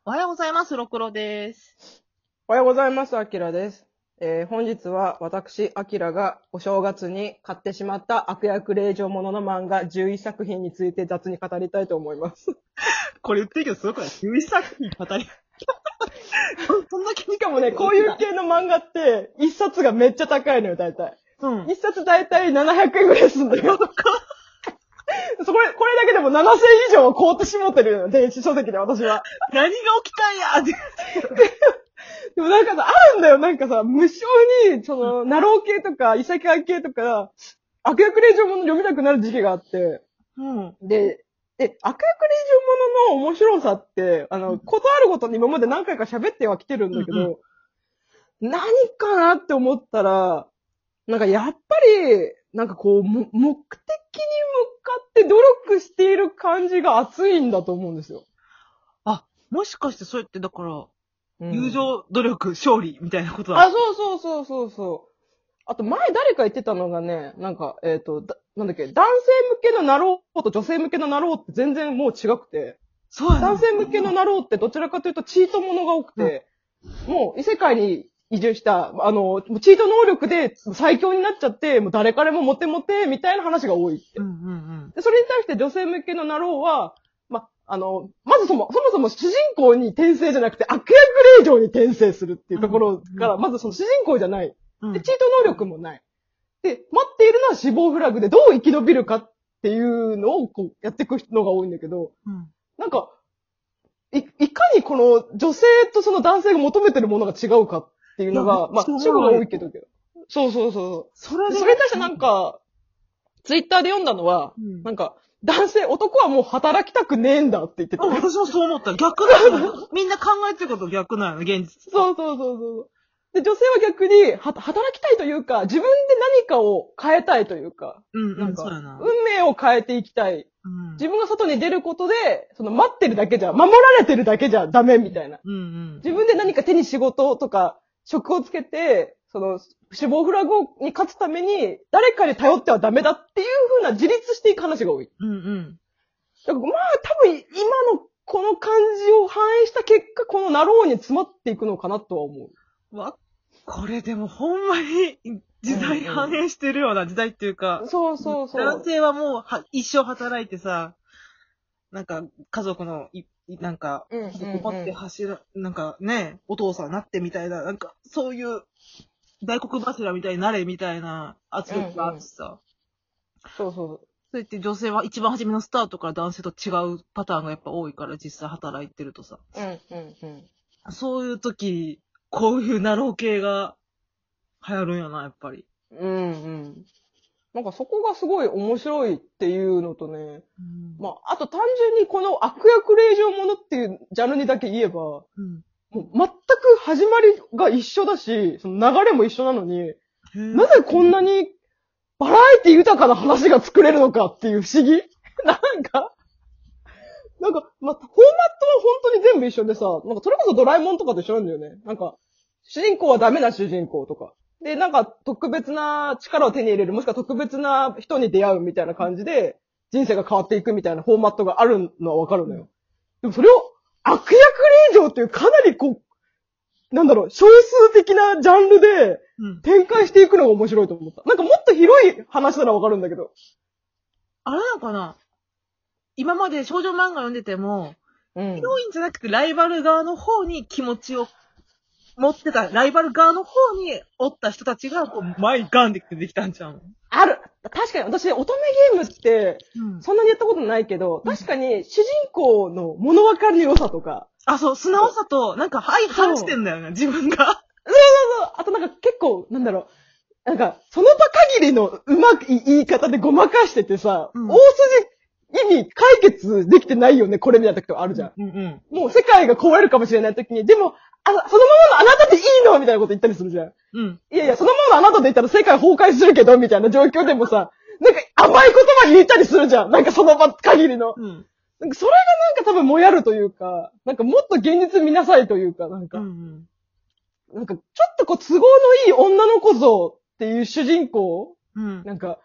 おはようございます、ろくろです。 おはようございます、あきらです。本日は私、あきらがお正月に買ってしまった悪役令嬢ものの漫画11作品について雑に語りたいと思います。 これ言ってるけど、すごくない？ 11 作品語り。そんな気しかもね、こういう系の漫画って、1冊がめっちゃ高いのよ、大体。 うん。 1冊大体700円ぐらいするんだよ。これだけでも7000以上は買うてしもってるよ、電子書籍で私は。 何が起きたんやって。 でもなんかさ、あるんだよ、なんかさ、無性に、ナロー系とか、異世界系とか、悪役令嬢もの読みたくなる時期があって、 うん。 で、悪役令嬢ものの面白さって、ことあるごとに今まで何回か喋ってはきてるんだけど、何かなって思ったら、なんかやっぱり、なんかこう、目的に向かって努力している感じが熱いんだと思うんですよ。 あ、もしかしてそうやってだから、 うん、 友情、努力、勝利みたいなことだ。 そう。あと前誰か言ってたのがね、なんか、なんだっけ、男性向けのナローと女性向けのナローって全然もう違くて、 そうやな。 男性向けのナローってどちらかというとチートものが多くて、もう異世界に移住した、チート能力で最強になっちゃって、もう誰彼もモテモテみたいな話が多いって。で、それに対して女性向けのナローは、まずそもそも主人公に転生じゃなくて悪役令嬢に転生するっていうところから、まずその主人公じゃない。で、チート能力もない。で、待っているのは死亡フラグでどう生き延びるかっていうのをこうやっていくのが多いんだけど、なんか、いかにこの女性とその男性が求めてるものが違うかっていうのが、まあ、主語が多いけど。そう。それに対してなんか、ツイッターで読んだのは、なんか、男はもう働きたくねえんだって言ってた。 私もそう思った。逆だよ。みんな考えてること逆なの、現実。 そう。で、女性は逆に、働きたいというか、自分で何かを変えたいというか、なんか、運命を変えていきたい。自分が外に出ることで、待ってるだけじゃ、守られてるだけじゃダメみたいな。自分で何か手に仕事とか、職をつけて、死亡フラグに勝つために、誰かに頼ってはダメだっていう風な自立していく話が多い。だからまあ、多分、今のこの感じを反映した結果、このナローに詰まっていくのかなとは思う。 これでもほんまに時代反映してるような時代っていうか。 そう。 男性はもう一生働いてさ、なんか家族のなんか、持って走る、なんかね、お父さんなってみたいな、なんかそういう大黒柱みたいになれみたいな圧力があってさ。 そう。 そうやって女性は一番初めのスタートから男性と違うパターンがやっぱ多いから実際働いてるとさ。そういう時、こういうナロー系が流行るんやな、やっぱり。 なんかそこがすごい面白いっていうのとね、まあ、あと単純にこの悪役令嬢ものっていうジャンルにだけ言えば、もう全く始まりが一緒だし、その流れも一緒なのに、なぜこんなにバラエティ豊かな話が作れるのかっていう不思議なんか、まあ、フォーマットは本当に全部一緒でさ、なんかそれこそドラえもんとかと一緒なんだよね。なんか、主人公はダメな主人公とか。で、なんか特別な力を手に入れる、もしくは特別な人に出会うみたいな感じで、人生が変わっていくみたいなフォーマットがあるのはわかるのよ。でもそれを悪役令嬢っていうかなりこう、なんだろう、少数的なジャンルで展開していくのが面白いと思った。なんかもっと広い話ならわかるんだけど。 あれなのかな？今まで少女漫画読んでても、ヒロインじゃなくてライバル側の方に気持ちを持ってた、ライバル側の方におった人たちが、こう、前ガンってできたんちゃうの？ ある。確かに私、乙女ゲームって、そんなにやったことないけど、確かに主人公の物分かりの良さとか。 そう、素直さと、なんか、話してんだよね、自分が。 あとなんか結構、なんだろう。なんか、その場限りのうまく言い方でごまかしててさ、大筋意味解決できてないよね、これみたいな時とかあるじゃん。もう世界が壊れるかもしれない時に、でも、そのままのあなたでいいのみたいなこと言ったりするじゃん。いや、そのままのあなたで言ったら世界崩壊するけど、みたいな状況でもさ、なんか甘い言葉言ったりするじゃん。なんかその場限りの。なんかそれがなんか多分もやるというか、なんかもっと現実見なさいというか、なんか、なんかちょっとこう都合のいい女の子像っていう主人公、なんか、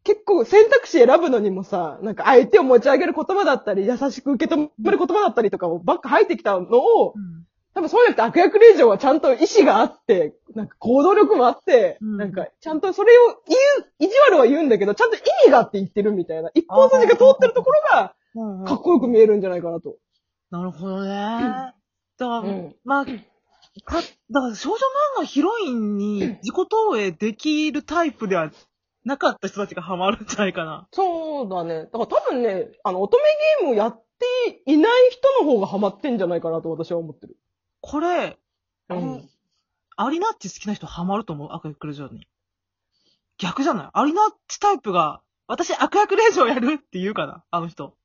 結構選択肢選ぶのにもさ、なんか相手を持ち上げる言葉だったり、優しく受け止める言葉だったりとかをばっか入ってきたのを、多分そうやって悪役令嬢はちゃんと意志があって、なんか行動力もあって、なんかちゃんとそれを意地悪は言うんだけど、ちゃんと意味があって言ってるみたいな、一本筋が通ってるところが、かっこよく見えるんじゃないかなと。 なるほどね。だから、まあ、だから少女漫画ヒロインに自己投影できるタイプではなかった人たちがハマるんじゃないかな。 そうだね。だから多分ね、乙女ゲームをやっていない人の方がハマってんじゃないかなと私は思ってる。 これ、アリナッチ好きな人ハマると思う、悪役令嬢に。逆じゃない？アリナッチタイプが、私悪役令嬢やるって言うかな、あの人。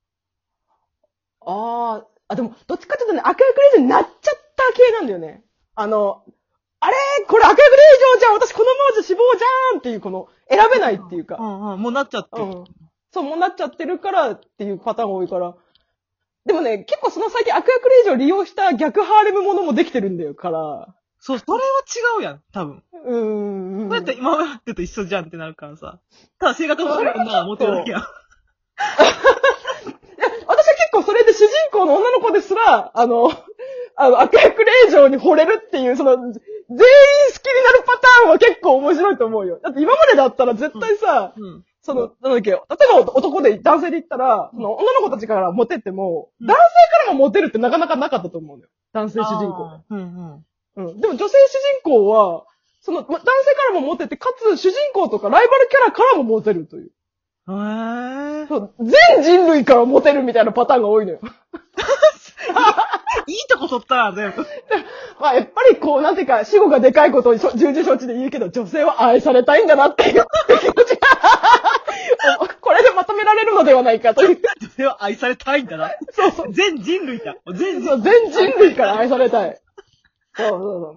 でも、どっちかっていうとね、悪役令嬢になっちゃった系なんだよね。あれこれ悪役令嬢じゃん私このままじゃ死亡じゃんっていう、この、選べないっていうか。 もうなっちゃってる。 そう、もうなっちゃってるからっていうパターンが多いから。でもね、結構その最近悪役令嬢を利用した逆ハーレムものもできてるんだよ、から。 そう、それは違うやん、多分。こうやって今までと一緒じゃんってなるからさ。ただ性格の悪い女がモテるだけやん。 私は結構それで主人公の女の子ですら、悪役令嬢に惚れるっていう、その、全員好きになるパターンは結構面白いと思うよ。だって今までだったら絶対さ、その、なんだっけ、例えば男で、男性で言ったら、その女の子たちからモテても、男性からもモテるってなかなかなかったと思うのよ。男性主人公。でも女性主人公は、その、男性からもモテて、かつ主人公とかライバルキャラからもモテるという。そう、全人類からモテるみたいなパターンが多いのよ。 いいとこ取ったら全部。 まあ、やっぱりこう、なんていうか、死後がでかいことを重々承知で言うけど、女性は愛されたいんだなっていう気持ちが、これでまとめられるのではないかという。 女性は愛されたいんだな。そう。全人類だ。 全人類から愛されたい。そう。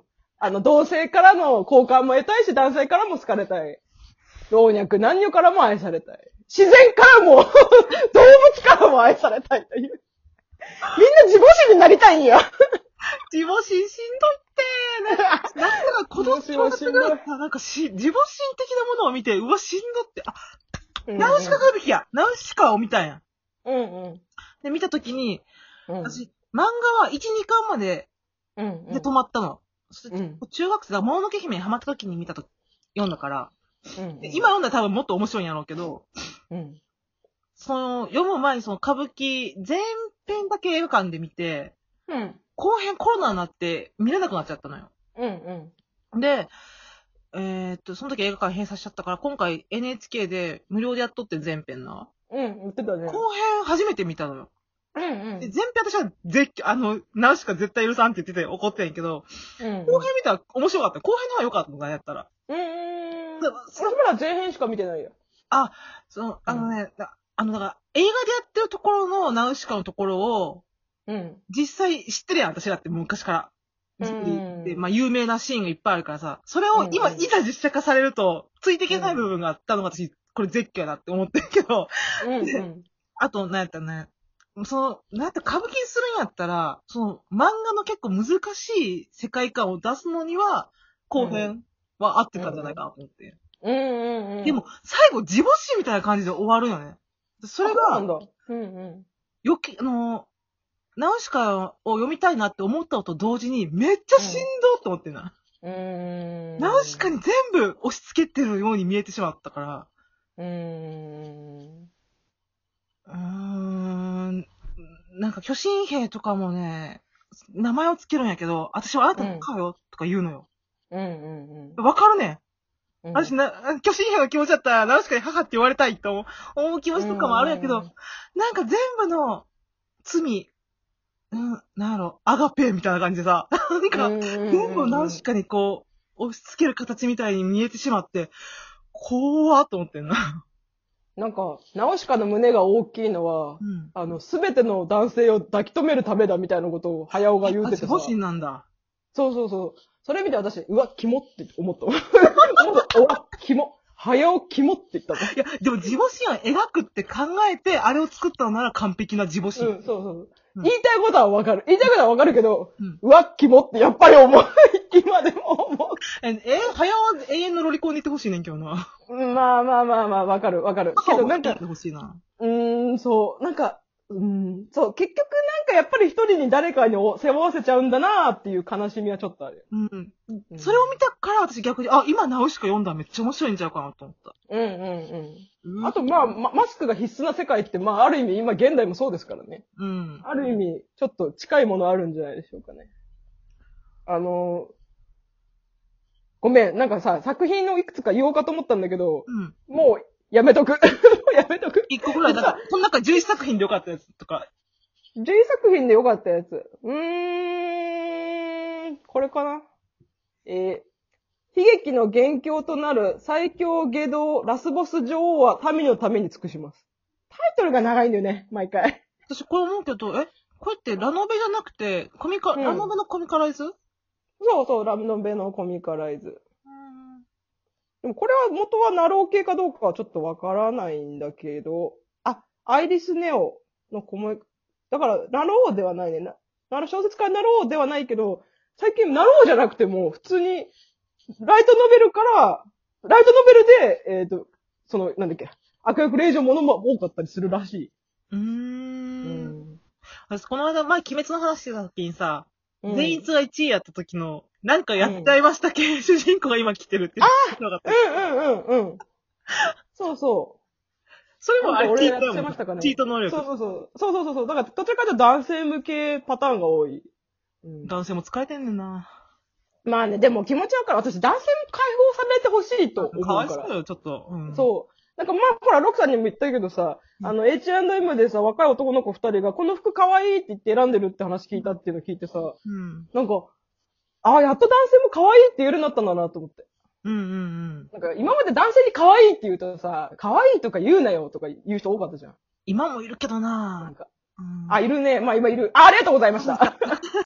同性からの好感も得たいし、男性からも好かれたい。老若男女からも愛されたい。自然からも、動物からも愛されたいという。みんな自母心になりたいんや。 自母心しんどいって。なんか子供がすぐなんか自母心的なものを見て、うわ、しんどって。ナウシカがある日や。ナウシカを見たんや。で、見たときに、私、漫画は1、2巻まで、で止まったの。中学生がもののけ姫にハマったときに読んだから、今読んだら多分もっと面白いんやろうけど、読む前に歌舞伎全編だけ映画館で見て、後編コロナになって見れなくなっちゃったのよ。で、その時映画館閉鎖しちゃったから、今回 NHK で無料でやっとって全編な。 言ってたね。 後編初めて見たのよ。で全編私はナウシカ絶対許さんって言ってて怒ってんけど、後編見たら面白かった。後編の方が良かったのがやったら。 私まだ前編しか見てないよ。 だから映画でやってるところのナウシカのところを、実際知ってるやん、私だって昔から。で、有名なシーンがいっぱいあるからさ、それを今、いざ実写化されると、ついていけない部分があったのが私、これ絶叫やなって思ってるけど、あと、なんやったらね、歌舞伎にするんやったら、漫画の結構難しい世界観を出すのには、後編は合ってたんじゃないかなと思って。でも、最後、自母心みたいな感じで終わるよね。それが、ナウシカを読みたいなって思ったのと同時に、めっちゃしんどって思ってんな。ナウシカに全部押し付けてるように見えてしまったから。なんか巨神兵とかもね、名前をつけるんやけど、私はあなたのかよとか言うのよ。わかるね。私巨神兵の気持ちだったら、ナウシカに母って言われたいと思う気持ちとかもあるんやけど、なんか全部の罪、なんやろ、アガペみたいな感じでさ、なんか、全部ナウシカに押し付ける形みたいに見えてしまって、怖ーっと思ってんな。 なんか、ナウシカの胸が大きいのは、すべての男性を抱き留めるためだみたいなことを、早尾が言うててさ。 自母心なんだ。 そう。それ見て私、うわ、キモって思った。うわ、キモ。早尾キモって言ったの。 いや、でも自母心を描くって考えて、あれを作ったのなら完璧な自母心。 そう。 言いたいことはわかる。言いたいことはわかるけど、うわ、キモってやっぱり思う。今でも思う。 早尾永遠のロリコンに行ってほしいねんけどな。 まあ、わかる。けどなんか、 欲しいな。 そう、そう、結局なんかやっぱり一人に誰かに背負わせちゃうんだなーっていう悲しみはちょっとある。 それを見たから私逆に、今ナウシカ読んだらめっちゃ面白いんちゃうかなと思った。 あとマスクが必須な世界って、ある意味今現代もそうですからね。ある意味、ちょっと近いものあるんじゃないでしょうかね。ごめん、なんかさ、作品のいくつか言おうかと思ったんだけど、もう、やめとく。やめとく。 一個ぐらい、なんか、この中11作品でよかったやつとか。 11作品でよかったやつ。これかな。悲劇の元凶となる最強下道ラスボス女王は民のために尽くします。タイトルが長いんだよね、毎回。 私これ思うけど、これってラノベじゃなくて、ラノベのコミカライズ？ そう、ラノベのコミカライズ。でもこれは元はナロー系かどうかはちょっとわからないんだけど、アイリスネオのだから、ナローではないね。小説家ナローではないけど、最近ナローじゃなくても、普通に、ライトノベルで、なんだっけ、悪役令嬢ものも多かったりするらしい。 私、この間、前、鬼滅の話してた時にさ、善逸が1位やった時の、なんかやっちゃいました系、主人公が今来てるって言ってなかった。 そうそう。 それもあれ俺やっちゃいましたかね。 チート能力。 そう。だから、どちらかというと男性向けパターンが多い。 男性も使えてんねんな。 まあね、でも気持ちわかる。私、男性も解放されてほしいと思うから。 かわいそうよ、ちょっと。 そう。なんかほら、ロクさんにも言ったけどさ、H&M でさ、若い男の子2人が、この服可愛いって言って選んでるって話聞いたっていうのを聞いてさ、なんか、やっと男性も可愛いって言えるようになったんだなと思って。なんか、今まで男性に可愛いって言うとさ、可愛いとか言うなよとか言う人多かったじゃん。 今もいるけどな。 なんか、いるね。今いる。ありがとうございました。